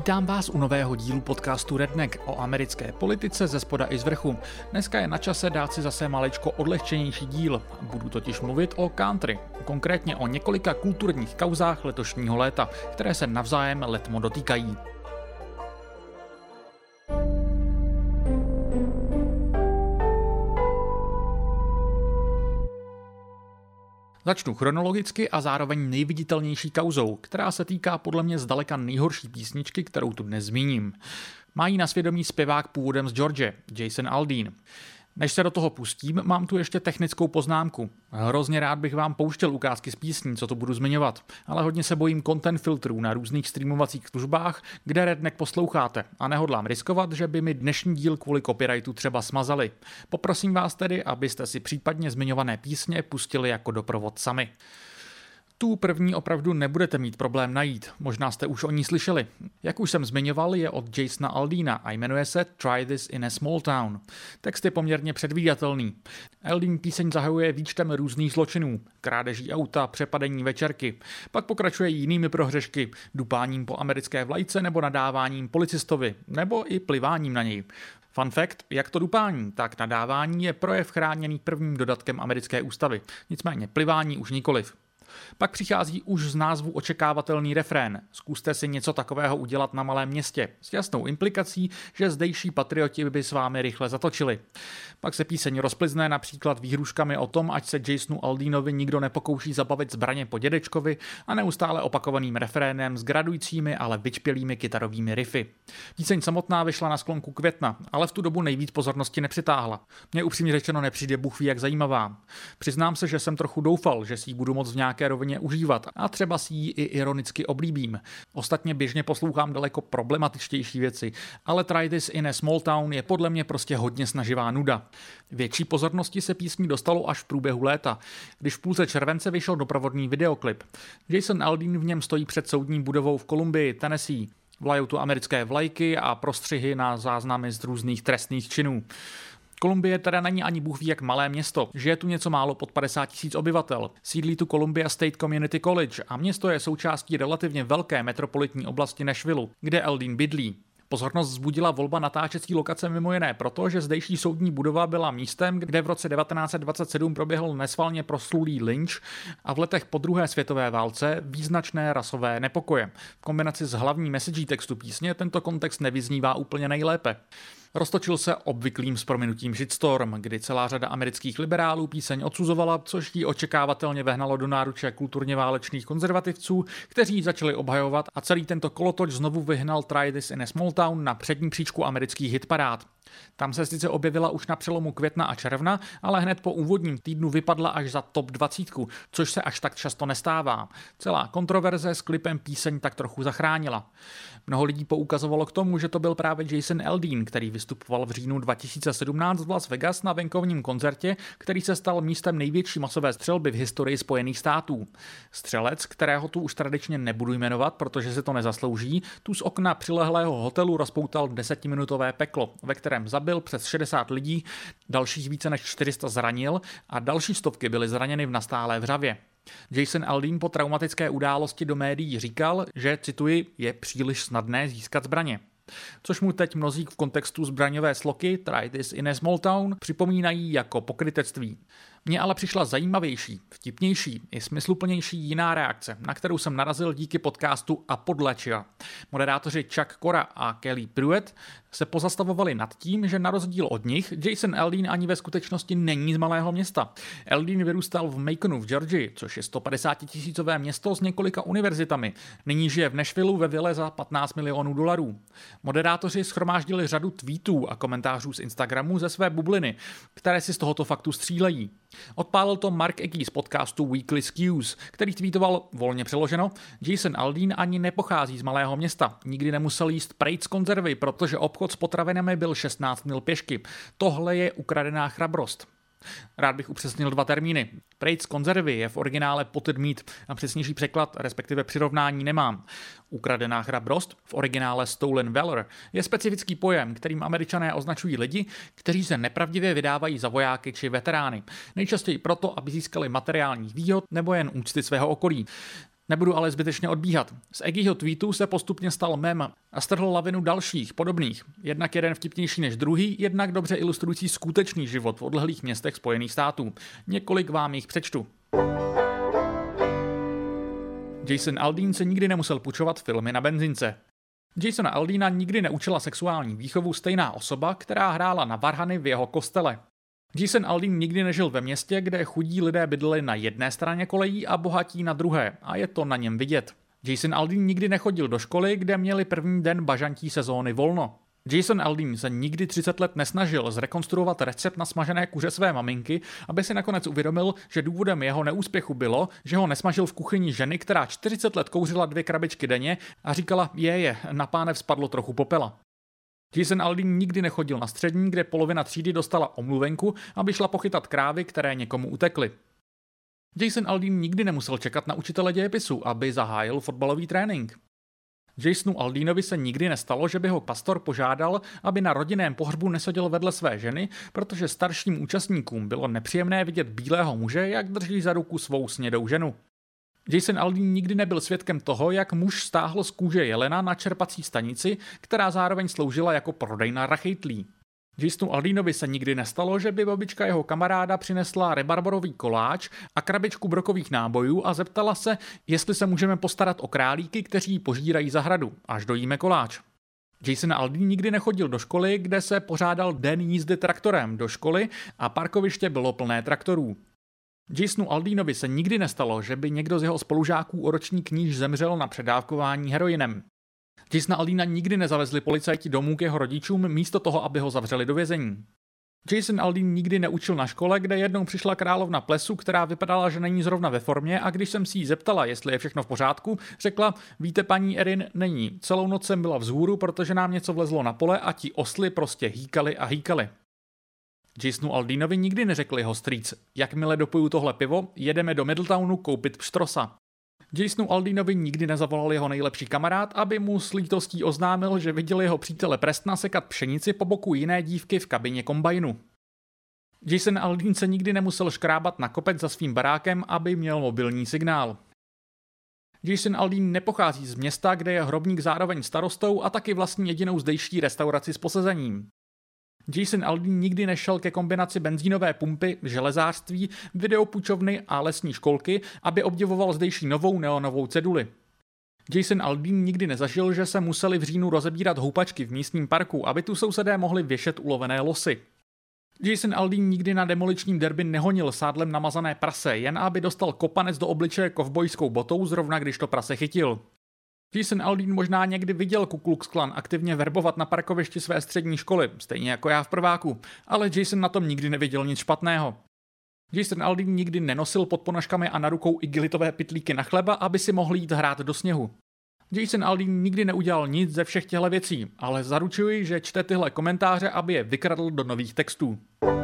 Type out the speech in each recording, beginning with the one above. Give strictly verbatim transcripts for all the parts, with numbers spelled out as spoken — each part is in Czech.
Vítám vás u nového dílu podcastu Redneck o americké politice ze spoda i z vrchu. Dneska je na čase dát si zase maličko odlehčenější díl. Budu totiž mluvit o country, konkrétně o několika kulturních kauzách letošního léta, které se navzájem letmo dotýkají. Začnu chronologicky a zároveň nejviditelnější kauzou, která se týká podle mě zdaleka nejhorší písničky, kterou tu dnes zmíním. Má ji na svědomí zpěvák původem z Georgie, Jason Aldean. Než se do toho pustím, mám tu ještě technickou poznámku. Hrozně rád bych vám pouštěl ukázky z písní, co tu budu zmiňovat, ale hodně se bojím content filtrů na různých streamovacích službách, kde Redneck posloucháte, a nehodlám riskovat, že by mi dnešní díl kvůli copyrightu třeba smazali. Poprosím vás tedy, abyste si případně zmiňované písně pustili jako doprovod sami. Tu první opravdu nebudete mít problém najít, možná jste už o ní slyšeli. Jak už jsem zmiňoval, je od Jasona Aldeana a jmenuje se Try This in a Small Town. Text je poměrně předvídatelný. Aldean píseň zahajuje výčtem různých zločinů, krádeží auta, přepadení večerky, pak pokračuje jinými prohřešky, dupáním po americké vlajce nebo nadáváním policistovi, nebo i pliváním na něj. Fun fact, jak to dupání, tak nadávání je projev chráněný prvním dodatkem americké ústavy, nicméně plivání už nikoliv. Pak přichází už z názvu očekávatelný refrén. Zkuste si něco takového udělat na malém městě, s jasnou implikací, že zdejší patrioti by s vámi rychle zatočili. Pak se píseň rozplizne například výhruškami o tom, ať se Jasonu Aldeanovi nikdo nepokouší zabavit zbraně po dědečkovi, a neustále opakovaným refrénem s gradujícími, ale vyčpělými kytarovými riffy. Píseň samotná vyšla na sklonku května, ale v tu dobu nejvíc pozornosti nepřitáhla. Mně upřímně řečeno nepřijde bůh ví jak zajímavá. Přiznám se, že jsem trochu doufal, že si ji budu moc v nějaké rovině užívat a třeba si ji i ironicky oblíbím. Ostatně běžně poslouchám daleko problematičtější věci, ale Try This in a Small Town je podle mě prostě hodně snaživá nuda. Větší pozornosti se písní dostalo až v průběhu léta, když v půlce července vyšel doprovodný videoklip. Jason Aldean v něm stojí před soudní budovou v Kolumbii, Tennessee. Vlajou tu americké vlajky a prostřihy na záznamy z různých trestných činů. Kolumbie teda není ani bůh ví jak malé město, žije tu něco málo pod padesát tisíc obyvatel. Sídlí tu Columbia State Community College a město je součástí relativně velké metropolitní oblasti Nashvillu, kde Aldean bydlí. Pozornost vzbudila volba natáčecí lokace mimo jiné proto, že zdejší soudní budova byla místem, kde v roce devatenáct set dvacet sedm proběhl nesvalně proslulý lynč a v letech po druhé světové válce význačné rasové nepokoje. V kombinaci s hlavní messagí textu písně tento kontext nevyznívá úplně nejlépe. Roztočil se obvyklým s prominutím shitstorm, kdy celá řada amerických liberálů píseň odsuzovala, což jí očekávatelně vehnalo do náruče kulturně válečných konzervativců, kteří ji začali obhajovat, a celý tento kolotoč znovu vyhnal Try This in a Small Town na přední příčku amerických hitparád. Tam se sice objevila už na přelomu května a června, ale hned po úvodním týdnu vypadla až za top dvacet, což se až tak často nestává. Celá kontroverze s klipem píseň tak trochu zachránila. Mnoho lidí poukazovalo k tomu, že to byl právě Jason Aldean, který vystupoval v říjnu dva tisíce sedmnáct v Las Vegas na venkovním koncertě, který se stal místem největší masové střelby v historii Spojených států. Střelec, kterého tu už tradičně nebudu jmenovat, protože se to nezaslouží, tu z okna přilehlého hotelu rozpoutal desetiminutové peklo, ve kterém zabil přes šedesát lidí, dalších více než čtyři sta zranil a další stovky byly zraněny v nastálé vřavě. Jason Aldean po traumatické události do médií říkal, že, cituji, je příliš snadné získat zbraně. Což mu teď mnozí v kontextu zbraňové sloky Try This in a Small Town připomínají jako pokrytectví. Mně ale přišla zajímavější, vtipnější i smysluplnější jiná reakce, na kterou jsem narazil díky podcastu A podlečia. Moderátoři Chuck Cora a Kelly Pruitt se pozastavovali nad tím, že na rozdíl od nich Jason Aldean ani ve skutečnosti není z malého města. Aldean vyrůstal v Maconu v Georgii, což je sto padesát tisícové město s několika univerzitami. Nyní žije v Nashvillu ve vile za patnáct milionů dolarů. Moderátoři shromáždili řadu tweetů a komentářů z Instagramu ze své bubliny, které si z tohoto faktu střílejí. Odpálil to Mark Eggy z podcastu Weekly Skews, který tweetoval, volně přeloženo, Jason Aldean ani nepochází z malého města. Nikdy nemusel jíst prejc konzervy, protože obchod s potravinami byl šestnáct mil pěšky. Tohle je ukradená chrabrost. Rád bych upřesnil dva termíny. Prejc konzervy je v originále potted meat a přesnější překlad, respektive přirovnání nemám. Ukradená chrabrost, v originále stolen valor, je specifický pojem, kterým Američané označují lidi, kteří se nepravdivě vydávají za vojáky či veterány. Nejčastěji proto, aby získali materiální výhod nebo jen úcty svého okolí. Nebudu ale zbytečně odbíhat. Z Eggyho tweetu se postupně stal mem a strhl lavinu dalších, podobných. Jednak jeden vtipnější než druhý, jednak dobře ilustrující skutečný život v odlehlých městech Spojených států. Několik vám jich přečtu. Jason Aldean se nikdy nemusel půjčovat filmy na benzince. Jasona Aldeana nikdy neučila sexuální výchovu stejná osoba, která hrála na varhany v jeho kostele. Jason Aldean nikdy nežil ve městě, kde chudí lidé bydleli na jedné straně kolejí a bohatí na druhé, a je to na něm vidět. Jason Aldean nikdy nechodil do školy, kde měli první den bažantí sezóny volno. Jason Aldean se nikdy třicet let nesnažil zrekonstruovat recept na smažené kuře své maminky, aby si nakonec uvědomil, že důvodem jeho neúspěchu bylo, že ho nesmažil v kuchyni ženy, která čtyřicet let kouřila dvě krabičky denně a říkala, je je, na pánev spadlo trochu popela. Jason Aldean nikdy nechodil na střední, kde polovina třídy dostala omluvenku, aby šla pochytat krávy, které někomu utekly. Jason Aldean nikdy nemusel čekat na učitele dějepisu, aby zahájil fotbalový trénink. Jasonu Aldeanovi se nikdy nestalo, že by ho pastor požádal, aby na rodinném pohřbu neseděl vedle své ženy, protože starším účastníkům bylo nepříjemné vidět bílého muže, jak drží za ruku svou snědou ženu. Jason Aldean nikdy nebyl svědkem toho, jak muž stáhl z kůže jelena na čerpací stanici, která zároveň sloužila jako prodejna rachejtlí. Jasonu Aldeanovi se nikdy nestalo, že by babička jeho kamaráda přinesla rebarbarový koláč a krabičku brokových nábojů a zeptala se, jestli se můžeme postarat o králíky, kteří požírají zahradu, až dojíme koláč. Jason Aldean nikdy nechodil do školy, kde se pořádal den jízdy traktorem do školy a parkoviště bylo plné traktorů. Jasonu Aldeanovi se nikdy nestalo, že by někdo z jeho spolužáků o ročník níž zemřel na předávkování heroinem. Jasona Aldeana nikdy nezavezli policajti domů k jeho rodičům místo toho, aby ho zavřeli do vězení. Jason Aldean nikdy neučil na škole, kde jednou přišla královna plesu, která vypadala, že není zrovna ve formě, a když jsem si jí zeptala, jestli je všechno v pořádku, řekla, víte paní Erin, není. Celou noc jsem byla vzhůru, protože nám něco vlezlo na pole a ti osly prostě hýkali a hýkali. Jasonu Aldeanovi nikdy neřekl jeho strýc, jakmile dopoju tohle pivo, jedeme do Middletownu koupit pštrosa. Jasonu Aldeanovi nikdy nezavolal jeho nejlepší kamarád, aby mu s lítostí oznámil, že viděl jeho přítele Prestona sekat pšenici po boku jiné dívky v kabině kombajnu. Jason Aldean se nikdy nemusel škrábat na kopec za svým barákem, aby měl mobilní signál. Jason Aldean nepochází z města, kde je hrobník zároveň starostou a taky vlastní jedinou zdejší restauraci s posezením. Jason Aldean nikdy nešel ke kombinaci benzínové pumpy, železářství, videopůjčovny a lesní školky, aby obdivoval zdejší novou neonovou ceduli. Jason Aldean nikdy nezažil, že se museli v říjnu rozebírat houpačky v místním parku, aby tu sousedé mohli věšet ulovené losy. Jason Aldean nikdy na demoličním derby nehonil sádlem namazané prase, jen aby dostal kopanec do obličeje kovbojskou botou, zrovna když to prase chytil. Jason Aldean možná někdy viděl Ku Klux Klan aktivně verbovat na parkovišti své střední školy, stejně jako já v prváku, ale Jason na tom nikdy neviděl nic špatného. Jason Aldean nikdy nenosil pod ponožkami a na rukou igelitové pytlíky na chleba, aby si mohl jít hrát do sněhu. Jason Aldean nikdy neudělal nic ze všech těchto věcí, ale zaručuji, že čte tyhle komentáře, aby je vykradl do nových textů.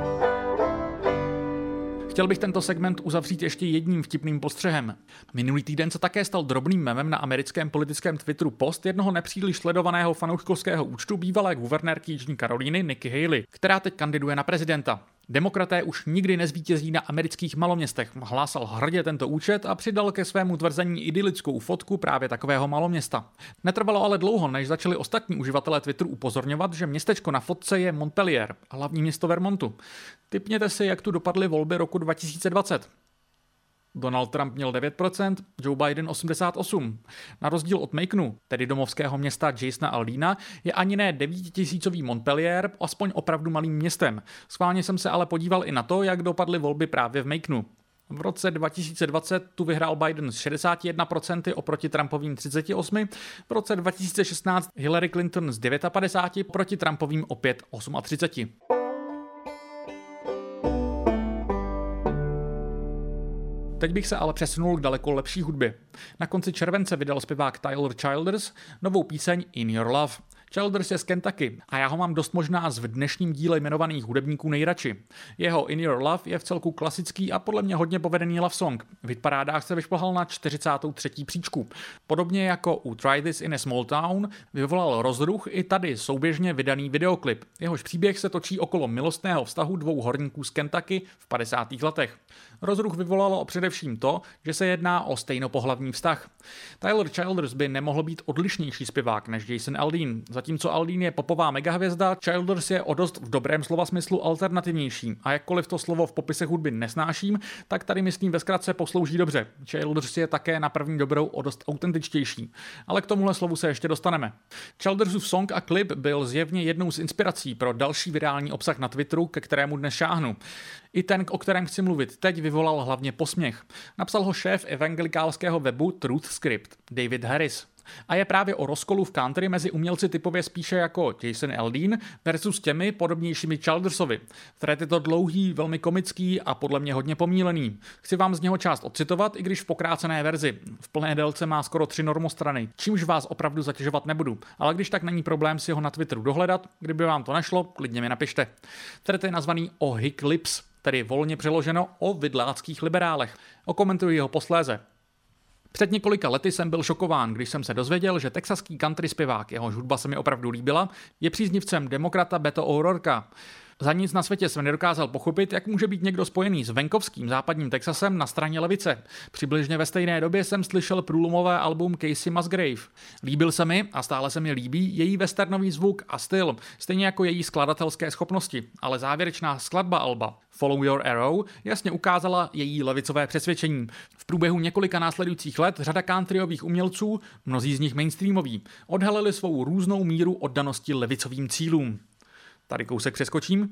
Chtěl bych tento segment uzavřít ještě jedním vtipným postřehem. Minulý týden se také stal drobným memem na americkém politickém Twitteru post jednoho nepříliš sledovaného fanouškovského účtu bývalé guvernérky Jižní Karolíny Nikki Haley, která teď kandiduje na prezidenta. Demokraté už nikdy nezvítězí na amerických maloměstech, hlásal hrdě tento účet a přidal ke svému tvrzení idylickou fotku právě takového maloměsta. Netrvalo ale dlouho, než začali ostatní uživatelé Twitteru upozorňovat, že městečko na fotce je Montpelier, hlavní město Vermontu. Tipněte si, jak tu dopadly volby roku dva tisíce dvacet. Donald Trump měl devět procent, Joe Biden osmdesát osm procent. Na rozdíl od Maconu, tedy domovského města Jasona Aldeana, je ani ne devítitisícový Montpelier aspoň opravdu malým městem. Schválně jsem se ale podíval i na to, jak dopadly volby právě v Maconu. V roce dva tisíce dvacet tu vyhrál Biden s šedesát jedna procent oproti Trumpovým třicet osm procent, v roce dva tisíce šestnáct Hillary Clinton s padesát devět proti Trumpovým opět třicet osm. Teď bych se ale přesunul k daleko lepší hudbě. Na konci července vydal zpěvák Tyler Childers novou píseň In Your Love. Childers je z Kentucky a já ho mám dost možná v dnešním díle jmenovaných hudebníků nejradši. Jeho In Your Love je v celku klasický a podle mě hodně povedený love song. V hitparádách se vyšplhal na čtyřicátou třetí příčku. Podobně jako u Try This in a Small Town vyvolal rozruch i tady souběžně vydaný videoklip. Jehož příběh se točí okolo milostného vztahu dvou horníků z Kentucky v padesátých letech. Rozruch vyvolalo především to, že se jedná o stejnopohlavní vztah. Tyler Childers by nemohl být odlišnější zpěvák než Jason Aldean. Zatímco Aldean je popová megahvězda, Childers je o dost v dobrém slova smyslu alternativnější. A jakkoliv to slovo v popise hudby nesnáším, tak tady myslím ve zkratce poslouží dobře. Childers je také na první dobrou o dost autentičtější. Ale k tomuhle slovu se ještě dostaneme. Childersův song a klip byl zjevně jednou z inspirací pro další virální obsah na Twitteru, ke kterému dnes šáhnu. I ten, o kterém chci mluvit teď, vyvolal hlavně posměch. Napsal ho šéf evangelikálského webu Truth Script, David Harris. A je právě o rozkolu v country mezi umělci typově spíše jako Jason Aldean versus těmi podobnějšími Childersovi. Thread je to dlouhý, velmi komický a podle mě hodně pomílený. Chci vám z něho část odcitovat, i když v pokrácené verzi. V plné délce má skoro tři normostrany, čímž vás opravdu zatěžovat nebudu. Ale když tak není problém si ho na Twitteru dohledat, kdyby vám to nešlo, klidně mi napište. Thread je nazvaný O Hicklips, tedy volně přeloženo o vidláckých liberálech. Okomentuji ho posléze. Před několika lety jsem byl šokován, když jsem se dozvěděl, že texaský country zpěvák, jehož hudba se mi opravdu líbila, je příznivcem demokrata Beto O'Rourka. Za nic na světě jsem nedokázal pochopit, jak může být někdo spojený s venkovským západním Texasem na straně levice. Přibližně ve stejné době jsem slyšel průlomové album Casey Musgrave. Líbil se mi, a stále se mi líbí, její westernový zvuk a styl, stejně jako její skladatelské schopnosti, ale závěrečná skladba alba Follow Your Arrow jasně ukázala její levicové přesvědčení. V průběhu několika následujících let řada countryových umělců, mnozí z nich mainstreamoví, odhalili svou různou míru oddanosti levicovým cílům. Tady kousek přeskočím.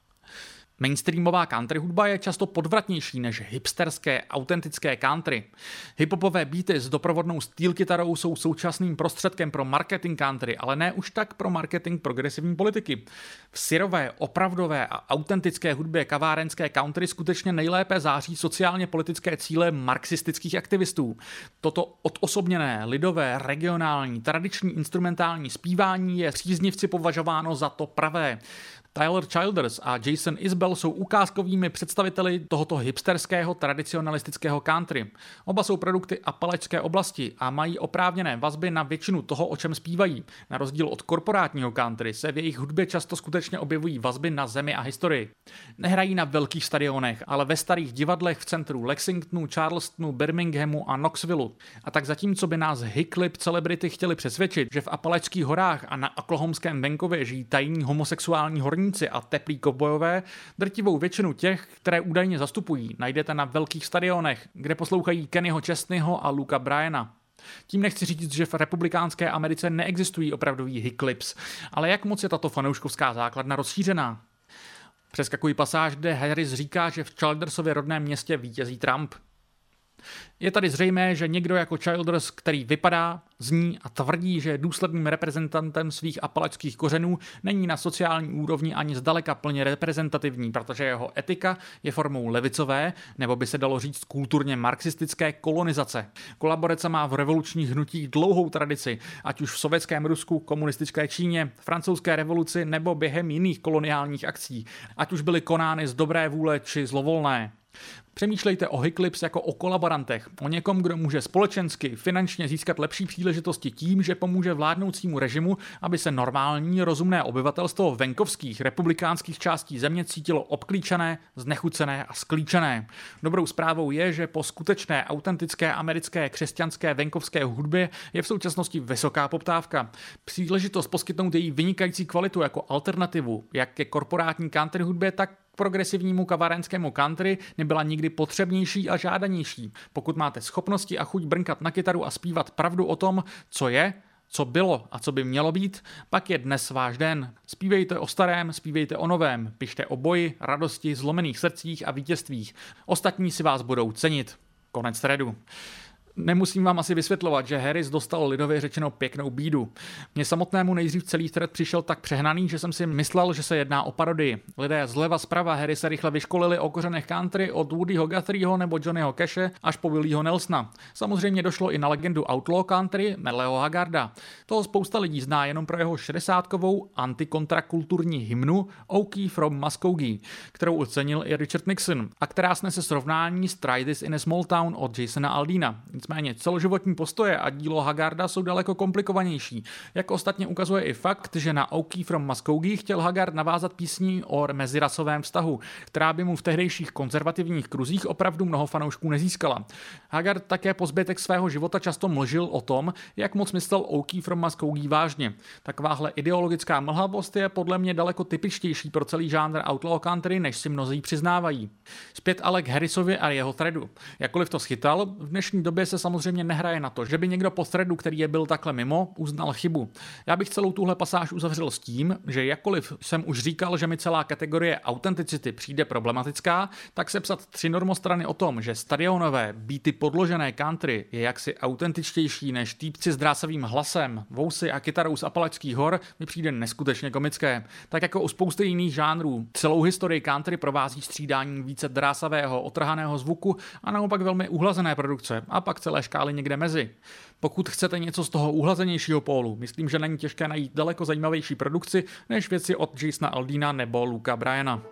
Mainstreamová country hudba je často podvratnější než hipsterské, autentické country. Hiphopové beaty s doprovodnou steel-kytarou jsou současným prostředkem pro marketing country, ale ne už tak pro marketing progresivní politiky. V syrové, opravdové a autentické hudbě kavárenské country skutečně nejlépe září sociálně politické cíle marxistických aktivistů. Toto odosobněné, lidové, regionální, tradiční instrumentální zpívání je příznivci považováno za to pravé. Tyler Childers a Jason Isbell jsou ukázkovými představiteli tohoto hipsterského tradicionalistického country. Oba jsou produkty apalačské oblasti a mají oprávněné vazby na většinu toho, o čem zpívají. Na rozdíl od korporátního country se v jejich hudbě často skutečně objevují vazby na zemi a historii. Nehrají na velkých stadionech, ale ve starých divadlech v centru Lexingtonu, Charlestonu, Birminghamu a Knoxvilleu. A tak zatímco by nás Hicklips celebrity chtěli přesvědčit, že v Apalačských horách a na oklahomském venkově žijí tajní homosexuální horníci a teplí kovbojové, drtivou většinu těch, které údajně zastupují, najdete na velkých stadionech, kde poslouchají Kennyho Chesneyho a Luka Bryana. Tím nechci říct, že v republikánské Americe neexistují opravdoví Hicklips, ale jak moc je tato fanouškovská základna rozšířená? Přeskakují pasáž, kde Harris říká, že v Childersově rodném městě vítězí Trump. Je tady zřejmé, že někdo jako Childers, který vypadá, zní a tvrdí, že je důsledným reprezentantem svých apalačských kořenů, není na sociální úrovni ani zdaleka plně reprezentativní, protože jeho etika je formou levicové, nebo by se dalo říct kulturně marxistické kolonizace. Kolaborace má v revolučních hnutích dlouhou tradici, ať už v sovětském Rusku, komunistické Číně, francouzské revoluci nebo během jiných koloniálních akcí, ať už byly konány z dobré vůle či zlovolné. Přemýšlejte o Hicklips jako o kolaborantech, o někom, kdo může společensky, finančně získat lepší příležitosti tím, že pomůže vládnoucímu režimu, aby se normální, rozumné obyvatelstvo venkovských, republikánských částí země cítilo obklíčené, znechucené a sklíčené. Dobrou zprávou je, že po skutečné, autentické americké křesťanské venkovské hudbě je v současnosti vysoká poptávka. Příležitost poskytnout její vynikající kvalitu jako alternativu, jak ke korporátní country hudbě, tak progresivnímu kavarenskému country nebyla nikdy potřebnější a žádanější. Pokud máte schopnosti a chuť brnkat na kytaru a zpívat pravdu o tom, co je, co bylo a co by mělo být, pak je dnes váš den. Zpívejte o starém, zpívejte o novém, pište o boji, radosti, zlomených srdcích a vítězstvích. Ostatní si vás budou cenit. Konec threadu. Nemusím vám asi vysvětlovat, že Harris dostal lidově řečeno pěknou bídu. Mně samotnému nejdřív celý thread přišel tak přehnaný, že jsem si myslel, že se jedná o parodii. Lidé zleva zprava Harrise rychle vyškolili o kořenech country od Woodyho Guthrieho nebo Johnnyho Cashe až po Willieho Nelsona. Samozřejmě došlo i na legendu outlaw country Merleho Haggarda. Toho spousta lidí zná jenom pro jeho šedesátkovou antikontrakulturní hymnu Okie from Muskogee, kterou ocenil i Richard Nixon a která snese srovnání s Try This in a Small Town od Jasona Aldeana. Nicméně celoživotní postoje a dílo Haggarda jsou daleko komplikovanější. Jak ostatně ukazuje i fakt, že na OK from Muskogee chtěl Haggard navázat písní o mezirasovém vztahu, která by mu v tehdejších konzervativních kruzích opravdu mnoho fanoušků nezískala. Haggard také po zbytek svého života často mlžil o tom, jak moc myslel OK from Muskogee vážně. Takováhle ideologická mlhavost je podle mě daleko typičtější pro celý žánr outlaw country, než si mnozí přiznávají. Zpět ale k Harrisovi a jeho threadu. Jakkoliv to schytal, v dnešní době se samozřejmě nehraje na to, že by někdo po threadu, který je byl takhle mimo, uznal chybu. Já bych celou tuhle pasáž uzavřel s tím, že jakkoliv jsem už říkal, že mi celá kategorie autenticity přijde problematická, tak sepsat tři normostrany o tom, že stadionové, beaty podložené country je jaksi autentičtější než týpci s drásavým hlasem, vousy a kytarou z Apalačských hor, mi přijde neskutečně komické. Tak jako u spousty jiných žánrů, celou historii country provází střídání více drásavého, otrhaného zvuku a naopak velmi uhlazené produkce a pak celé škály někde mezi. Pokud chcete něco z toho uhlazenějšího pólu, myslím, že není těžké najít daleko zajímavější produkci než věci od Jasona Aldeana nebo Luka Bryana.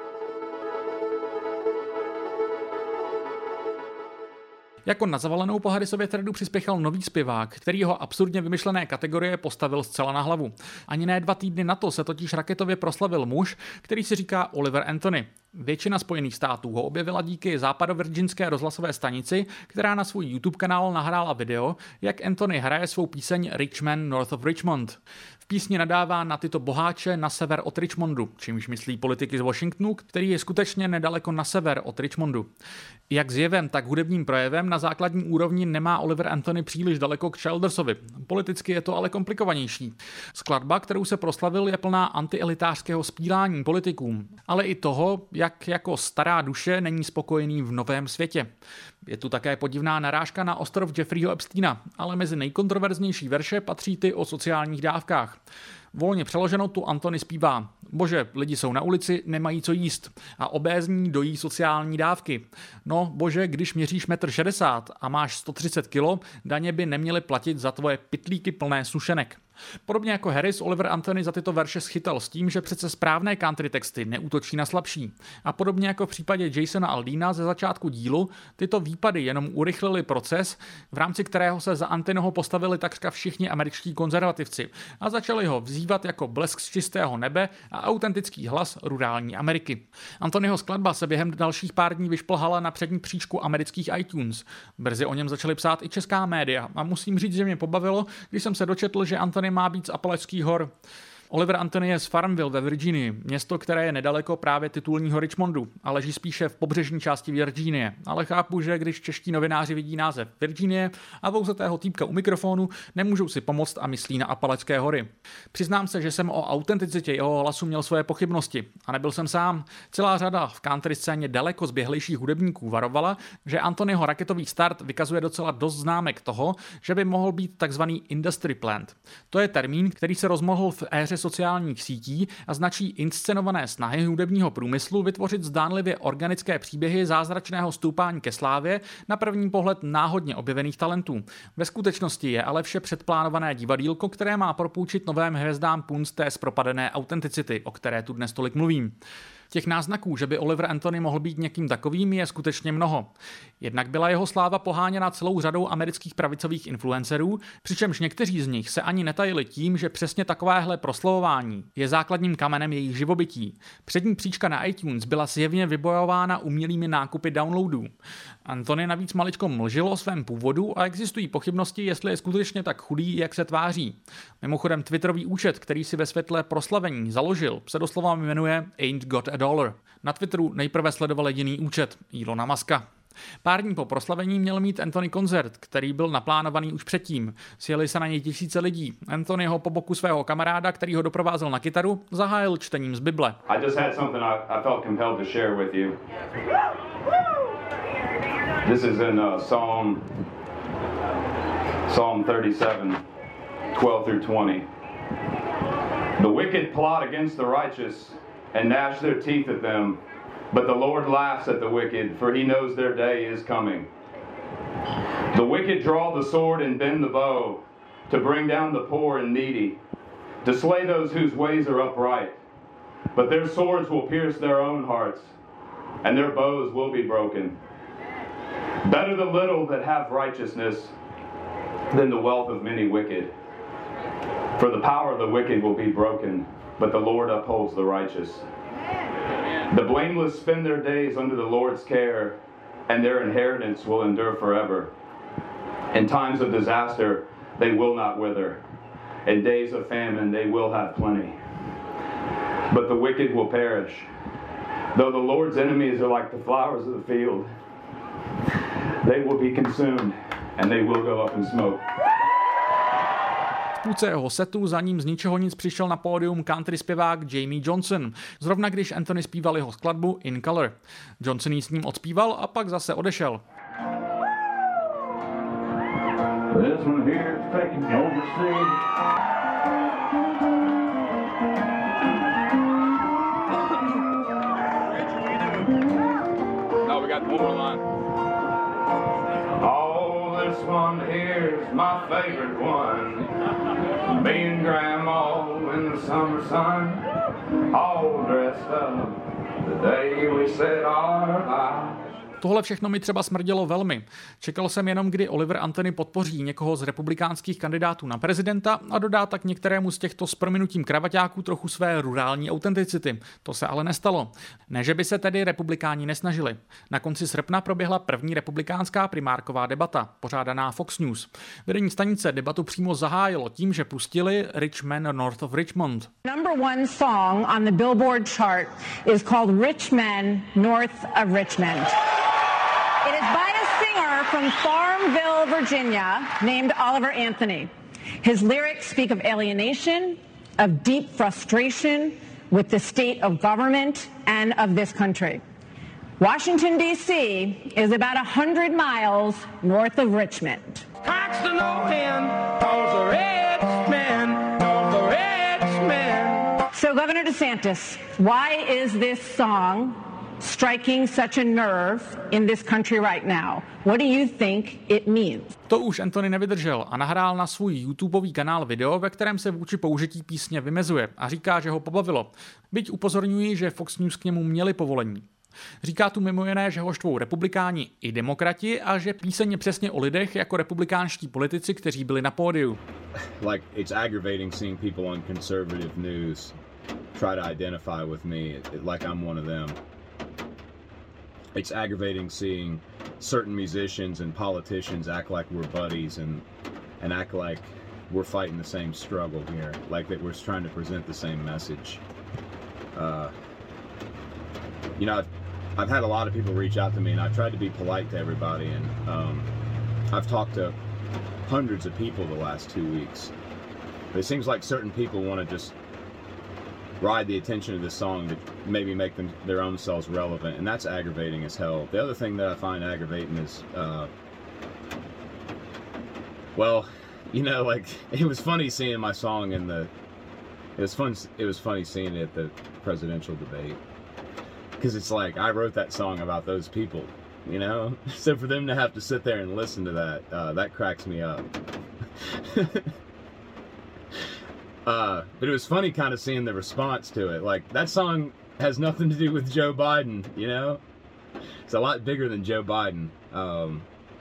Jako na zavalenou po Harrisově threadu přispěchal nový zpěvák, který jeho absurdně vymyšlené kategorie postavil zcela na hlavu. Ani ne dva týdny na to se totiž raketově proslavil muž, který si říká Oliver Anthony. Většina Spojených států ho objevila díky západovirginské rozhlasové stanici, která na svůj YouTube kanál nahrála video, jak Anthony hraje svou píseň Rich Man North of Richmond. V písni nadává na tyto boháče na sever od Richmondu, čímž myslí politiky z Washingtonu, který je skutečně nedaleko na sever od Richmondu. Jak zjevem, tak hudebním projevem na základní úrovni nemá Oliver Anthony příliš daleko k Childersovi. Politicky je to ale komplikovanější. Skladba, kterou se proslavil, je plná antielitářského zpívání politikům, ale i toho, jak jako stará duše není spokojený v novém světě. Je tu také podivná narážka na ostrov Jeffreyho Epsteina, ale mezi nejkontroverznější verše patří ty o sociálních dávkách. Volně přeloženo tu Anthony zpívá: bože, lidi jsou na ulici, nemají co jíst a obézní dojí sociální dávky. No bože, když měříš metr šedesát a máš sto třicet kilo, daně by neměly platit za tvoje pytlíky plné sušenek. Podobně jako Harris, Oliver Anthony za tyto verše schytal s tím, že přece správné country texty neútočí na slabší. A podobně jako v případě Jasona Aldeana ze začátku dílu, tyto výpady jenom urychlili proces, v rámci kterého se za Anthonyho postavili takřka všichni američtí konzervativci a začali ho vzývat jako blesk z čistého nebe a autentický hlas rurální Ameriky. Anthonyho skladba se během dalších pár dní vyšplhala na přední příčku amerických iTunes. Brzy o něm začaly psát i česká média a musím říct, že mě pobavilo, když jsem se dočetl, že Anthony má být z Apalačských hor. Oliver Anthony je z Farmville ve Virginii, město, které je nedaleko právě titulního Richmondu a leží spíše v pobřežní části Virginie. Ale chápu, že když čeští novináři vidí název Virginie a vousatého týpka u mikrofonu, nemůžou si pomoct a myslí na Apalačské hory. Přiznám se, že jsem o autenticitě jeho hlasu měl svoje pochybnosti a nebyl jsem sám. Celá řada v country scéně daleko zběhlejších hudebníků varovala, že Anthonyho raketový start vykazuje docela dost známek toho, že by mohl být takzvaný industry plant. To je termín, který se rozmohl v éře sociálních sítí a značí inscenované snahy hudebního průmyslu vytvořit zdánlivě organické příběhy zázračného stoupání ke slávě na první pohled náhodně objevených talentů. Ve skutečnosti je ale vše předplánované divadýlko, které má propůjčit novým hvězdám punc té zpropadené autenticity, o které tu dnes tolik mluvím. Těch náznaků, že by Oliver Anthony mohl být někým takovým, je skutečně mnoho. Jednak byla jeho sláva poháněna celou řadou amerických pravicových influencerů, přičemž někteří z nich se ani netajili tím, že přesně takovéhle proslovování je základním kamenem jejich živobytí. Přední příčka na iTunes byla zjevně vybojována umělými nákupy downloadů. Anthony navíc maličko mlžil o svém původu a existují pochybnosti, jestli je skutečně tak chudý, jak se tváří. Mimochodem Twitterový účet, který si ve světle proslavení založil, se doslova jmenuje Ain't Got a Dollar. Na Twitteru nejprve sledoval jediný účet, Elona Muska. Pár dní po proslavení měl mít Anthony koncert, který byl naplánovaný už předtím. Sjeli se na něj tisíce lidí. Anthony ho po boku svého kamaráda, který ho doprovázel na kytaru, zahájil čtením z Bible. I just had something I, I felt compelled to share with you. This is in uh, Psalm Psalm thirty-seven, twelve through twenty. The wicked plot against the righteous and gnash their teeth at them. But the Lord laughs at the wicked, for he knows their day is coming. The wicked draw the sword and bend the bow, to bring down the poor and needy, to slay those whose ways are upright. But their swords will pierce their own hearts, and their bows will be broken. Better the little that have righteousness than the wealth of many wicked. For the power of the wicked will be broken, but the Lord upholds the righteous. The blameless spend their days under the Lord's care, and their inheritance will endure forever. In times of disaster, they will not wither. In days of famine, they will have plenty. But the wicked will perish. Though the Lord's enemies are like the flowers of the field, they will be consumed, and they will go up in smoke. V půlce jeho setu za ním z ničeho nic přišel na pódium country zpěvák Jamie Johnson, zrovna když Anthony zpíval jeho skladbu In Color. Johnson jí s ním odspíval a pak zase odešel. This one here is taking overseas. No, we got one more line. Oh, this one here is my favorite one. Me and Grandma in the summer sun, all dressed up the day we said our vows. Tohle všechno mi třeba smrdělo velmi. Čekal jsem jenom, kdy Oliver Anthony podpoří někoho z republikánských kandidátů na prezidenta a dodá tak některému z těchto s prominutím kravaťáků trochu své rurální autenticity. To se ale nestalo. Ne, že by se tedy republikáni nesnažili. Na konci srpna proběhla první republikánská primárková debata, pořádaná Fox News. Vedení stanice debatu přímo zahájilo tím, že pustili Rich Man North of Richmond. Number one song on the Billboard chart is called Rich Man North of Richmond. It is by a singer from Farmville, Virginia, named Oliver Anthony. His lyrics speak of alienation, of deep frustration with the state of government and of this country. Washington, D C is about one hundred miles north of Richmond. So, Governor DeSantis, why is this song striking such a nerve in this country right now? What do you think it means? To už Anthony nevydržel a nahrál na svůj YouTubeový kanál video, ve kterém se vůči použití písně vymezuje a říká, že ho pobavilo. Byť upozorňuji, že Fox News k němu měli povolení. Říká tu mimo jiné, že ho štvou republikáni i demokrati a že píseň je přesně o lidech jako republikánští politici, kteří byli na pódiu. Like, it's aggravating seeing people on conservative news try to identify with me like I'm one of them. It's aggravating seeing certain musicians and politicians act like we're buddies and and act like we're fighting the same struggle here, like that we're trying to present the same message. Uh, you know, I've, I've had a lot of people reach out to me, and I've tried to be polite to everybody, and um, I've talked to hundreds of people the last two weeks. But it seems like certain people want to just ride the attention of this song to maybe make them their own selves relevant, and that's aggravating as hell. The other thing that I find aggravating is, uh, well, you know, like, it was funny seeing my song in the, it was fun, it was funny seeing it at the presidential debate, because it's like, I wrote that song about those people, you know? So for them to have to sit there and listen to that, uh, that cracks me up. Uh, but it was funny kind of seeing the response to it. Like, that song has nothing to do with Joe Biden, you know? It's a lot bigger than Joe Biden. Um,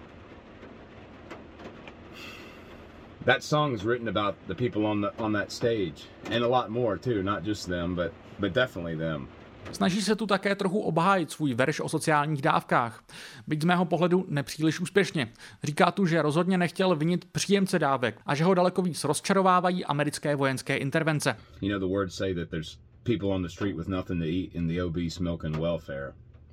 that song is written about the people on the on that stage, and a lot more too, not just them, but but definitely them. Snaží se tu také trochu obhájit svůj verš o sociálních dávkách. Byť z mého pohledu nepříliš úspěšně. Říká tu, že rozhodně nechtěl vinit příjemce dávek a že ho daleko víc rozčarovávají americké vojenské intervence. You know, the words say that there's people on the street with nothing to eat in the obese milk and welfare.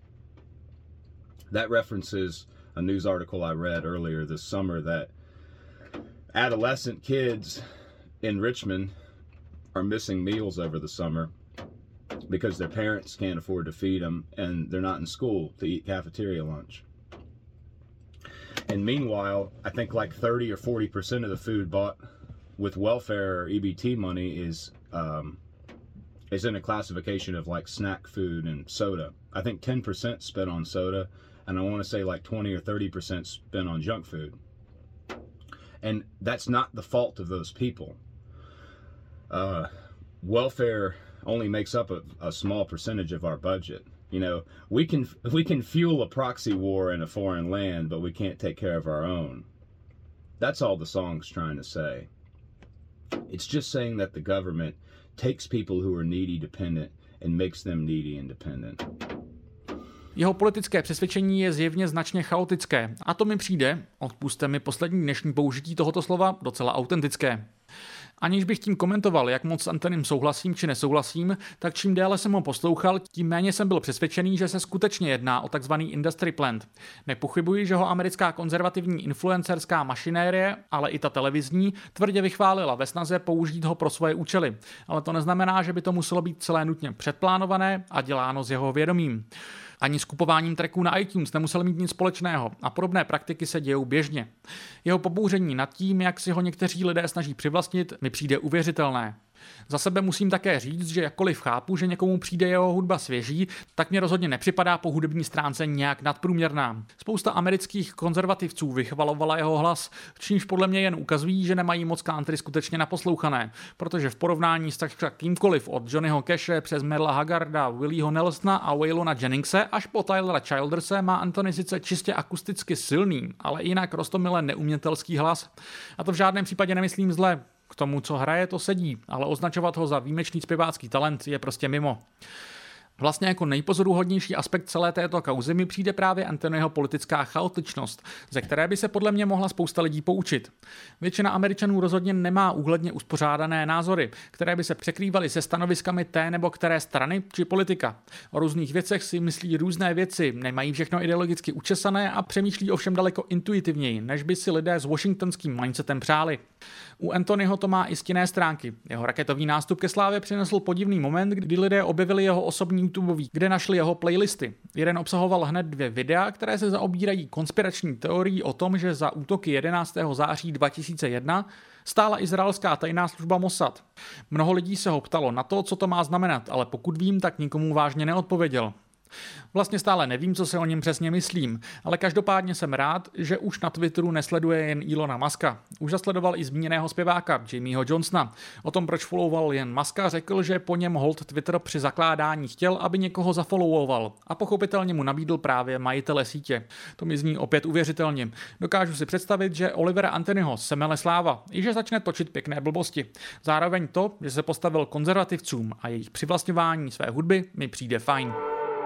That references a news article I read earlier this summer that adolescent kids in Richmond are missing meals over the summer because their parents can't afford to feed them and they're not in school to eat cafeteria lunch. And meanwhile, I think like thirty or forty percent of the food bought with welfare or E B T money is um, is in a classification of like snack food and soda. I think ten percent spent on soda, and I want to say like twenty or thirty percent spent on junk food. And that's not the fault of those people. Uh, welfare only makes up a, a small percentage of our budget. You know, we can we can fuel a proxy war in a foreign land, but we can't take care of our own. That's all the song's trying to say. It's just saying that the government takes people who are needy dependent and makes them needy independent. Jeho politické přesvědčení je zjevně značně chaotické a to mi přijde, odpusťte mi poslední dnešní použití tohoto slova, docela autentické. Aniž bych tím komentoval, jak moc s Antonym souhlasím či nesouhlasím, tak čím déle jsem ho poslouchal, tím méně jsem byl přesvědčený, že se skutečně jedná o takzvaný industry plant. Nepochybuji, že ho americká konzervativní influencerská mašinérie, ale i ta televizní, tvrdě vychválila ve snaze použít ho pro svoje účely. Ale to neznamená, že by to muselo být celé nutně předplánované a děláno s jeho vědomím. Ani s kupováním tracků na iTunes nemusel mít nic společného a podobné praktiky se dějou běžně. Jeho pobouření nad tím, jak si ho někteří lidé snaží přivlastnit, mi přijde uvěřitelné. Za sebe musím také říct, že jakkoliv chápu, že někomu přijde jeho hudba svěží, tak mě rozhodně nepřipadá po hudební stránce nějak nadprůměrná. Spousta amerických konzervativců vychvalovala jeho hlas, čímž podle mě jen ukazují, že nemají moc country skutečně naposlouchané, protože v porovnání s tak kýmkoliv od Johnnyho Cashe přes Merla Haggarda, Willieho Nelsona a Waylona Jenningse až po Tylera Childerse má Antony sice čistě akusticky silný, ale jinak roztomile neumětelský hlas. A to v žádném případě nemyslím zle. K tomu, co hraje, to sedí, ale označovat ho za výjimečný zpěvácký talent je prostě mimo. Vlastně jako nejpozoruhodnější aspekt celé této kauzy mi přijde právě Antonyho politická chaotičnost, ze které by se podle mě mohla spousta lidí poučit. Většina Američanů rozhodně nemá úhledně uspořádané názory, které by se překrývaly se stanoviskami té nebo které strany či politika. O různých věcech si myslí různé věci, nemají všechno ideologicky učesané a přemýšlí ovšem daleko intuitivněji, než by si lidé s washingtonským mindsetem přáli. U Antonyho to má i stinné stránky. Jeho raketový nástup ke slávě přinesl podivný moment, kdy lidé objevili jeho osobní YouTubeový, kde našli jeho playlisty. Jeden obsahoval hned dvě videa, které se zaobírají konspirační teorií o tom, že za útoky jedenáctého září dva tisíce jedna stála izraelská tajná služba Mossad. Mnoho lidí se ho ptalo na to, co to má znamenat, ale pokud vím, tak nikomu vážně neodpověděl. Vlastně stále nevím, co si o něm přesně myslím, ale každopádně jsem rád, že už na Twitteru nesleduje jen Elona Muska. Už zasledoval i zmíněného zpěváka Jamieho Johnsona. O tom, proč followoval jen Muska, řekl, že po něm hold Twitter při zakládání chtěl, aby někoho zafollowoval a pochopitelně mu nabídl právě majitele sítě. To mi zní opět uvěřitelně. Dokážu si představit, že Olivera Antonyho semele sláva, i že začne točit pěkné blbosti. Zároveň to, že se postavil konzervativcům a jejich přivlastňování své hudby, mi přijde fajn.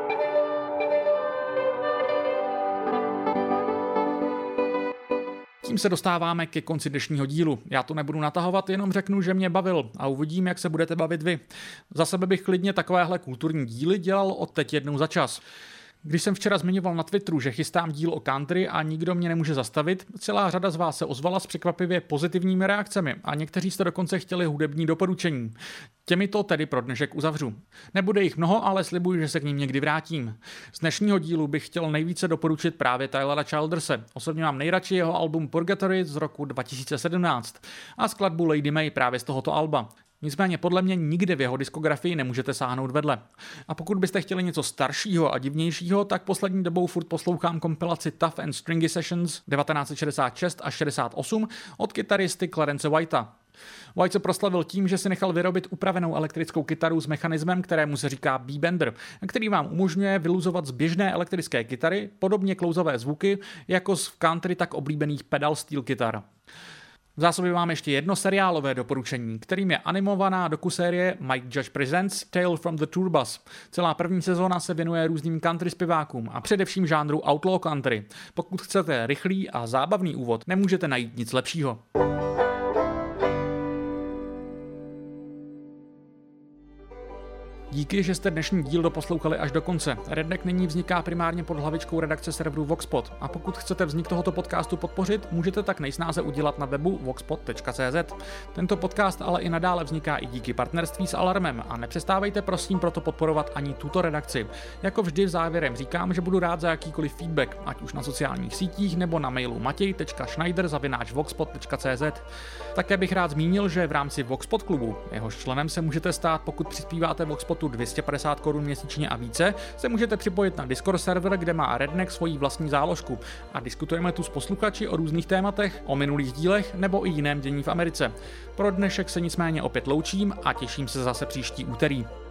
Tím se dostáváme ke konci dnešního dílu. Já to nebudu natahovat, jenom řeknu, že mě bavil a uvidím, jak se budete bavit vy. Za sebe bych klidně takovéhle kulturní díly dělal od teď jednou za čas. Když jsem včera zmiňoval na Twitteru, že chystám díl o country a nikdo mě nemůže zastavit, celá řada z vás se ozvala s překvapivě pozitivními reakcemi a někteří jste dokonce chtěli hudební doporučení. Těmi to tedy pro dnešek uzavřu. Nebude jich mnoho, ale slibuji, že se k ním někdy vrátím. Z dnešního dílu bych chtěl nejvíce doporučit právě Tylera Childerse. Osobně mám nejradši jeho album Purgatory z roku dva tisíce sedmnáct a skladbu Lady May právě z tohoto alba. Nicméně podle mě nikde v jeho diskografii nemůžete sáhnout vedle. A pokud byste chtěli něco staršího a divnějšího, tak poslední dobou furt poslouchám kompilaci Tough and Stringy Sessions devatenáct set šedesát šest až šedesát osm od kytaristy Clarence Whitea. White se proslavil tím, že si nechal vyrobit upravenou elektrickou kytaru s mechanismem, kterému se říká B-bender, který vám umožňuje vyluzovat z běžné elektrické kytary podobně klouzové zvuky, jako z v country tak oblíbených pedal steel kytar. V zásobě mám ještě jedno seriálové doporučení, kterým je animovaná dokusérie Mike Judge Presents Tale from the Tour Bus. Celá první sezóna se věnuje různým country zpěvákům a především žánru outlaw country. Pokud chcete rychlý a zábavný úvod, nemůžete najít nic lepšího. Díky, že jste dnešní díl doposlouchali až do konce. Redneck nyní vzniká primárně pod hlavičkou redakce serveru Voxpod a pokud chcete vznik tohoto podcastu podpořit, můžete tak nejsnáze udělat na webu voxpod tečka cé zet. Tento podcast ale i nadále vzniká i díky partnerství s Alarmem a nepřestávejte prosím proto podporovat ani tuto redakci. Jako vždy v závěrem říkám, že budu rád za jakýkoliv feedback, ať už na sociálních sítích nebo na mailu matěj tečka schneider zavináč voxpod tečka cé zet. Také bych rád zmínil, že v rámci Voxpod klubu, jehož členem se můžete stát, pokud přispíváte Voxpodu dvě stě padesát korun měsíčně a více, se můžete připojit na Discord server, kde má Redneck svoji vlastní záložku a diskutujeme tu s posluchači o různých tématech, o minulých dílech nebo i jiném dění v Americe. Pro dnešek se nicméně opět loučím a těším se zase příští úterý.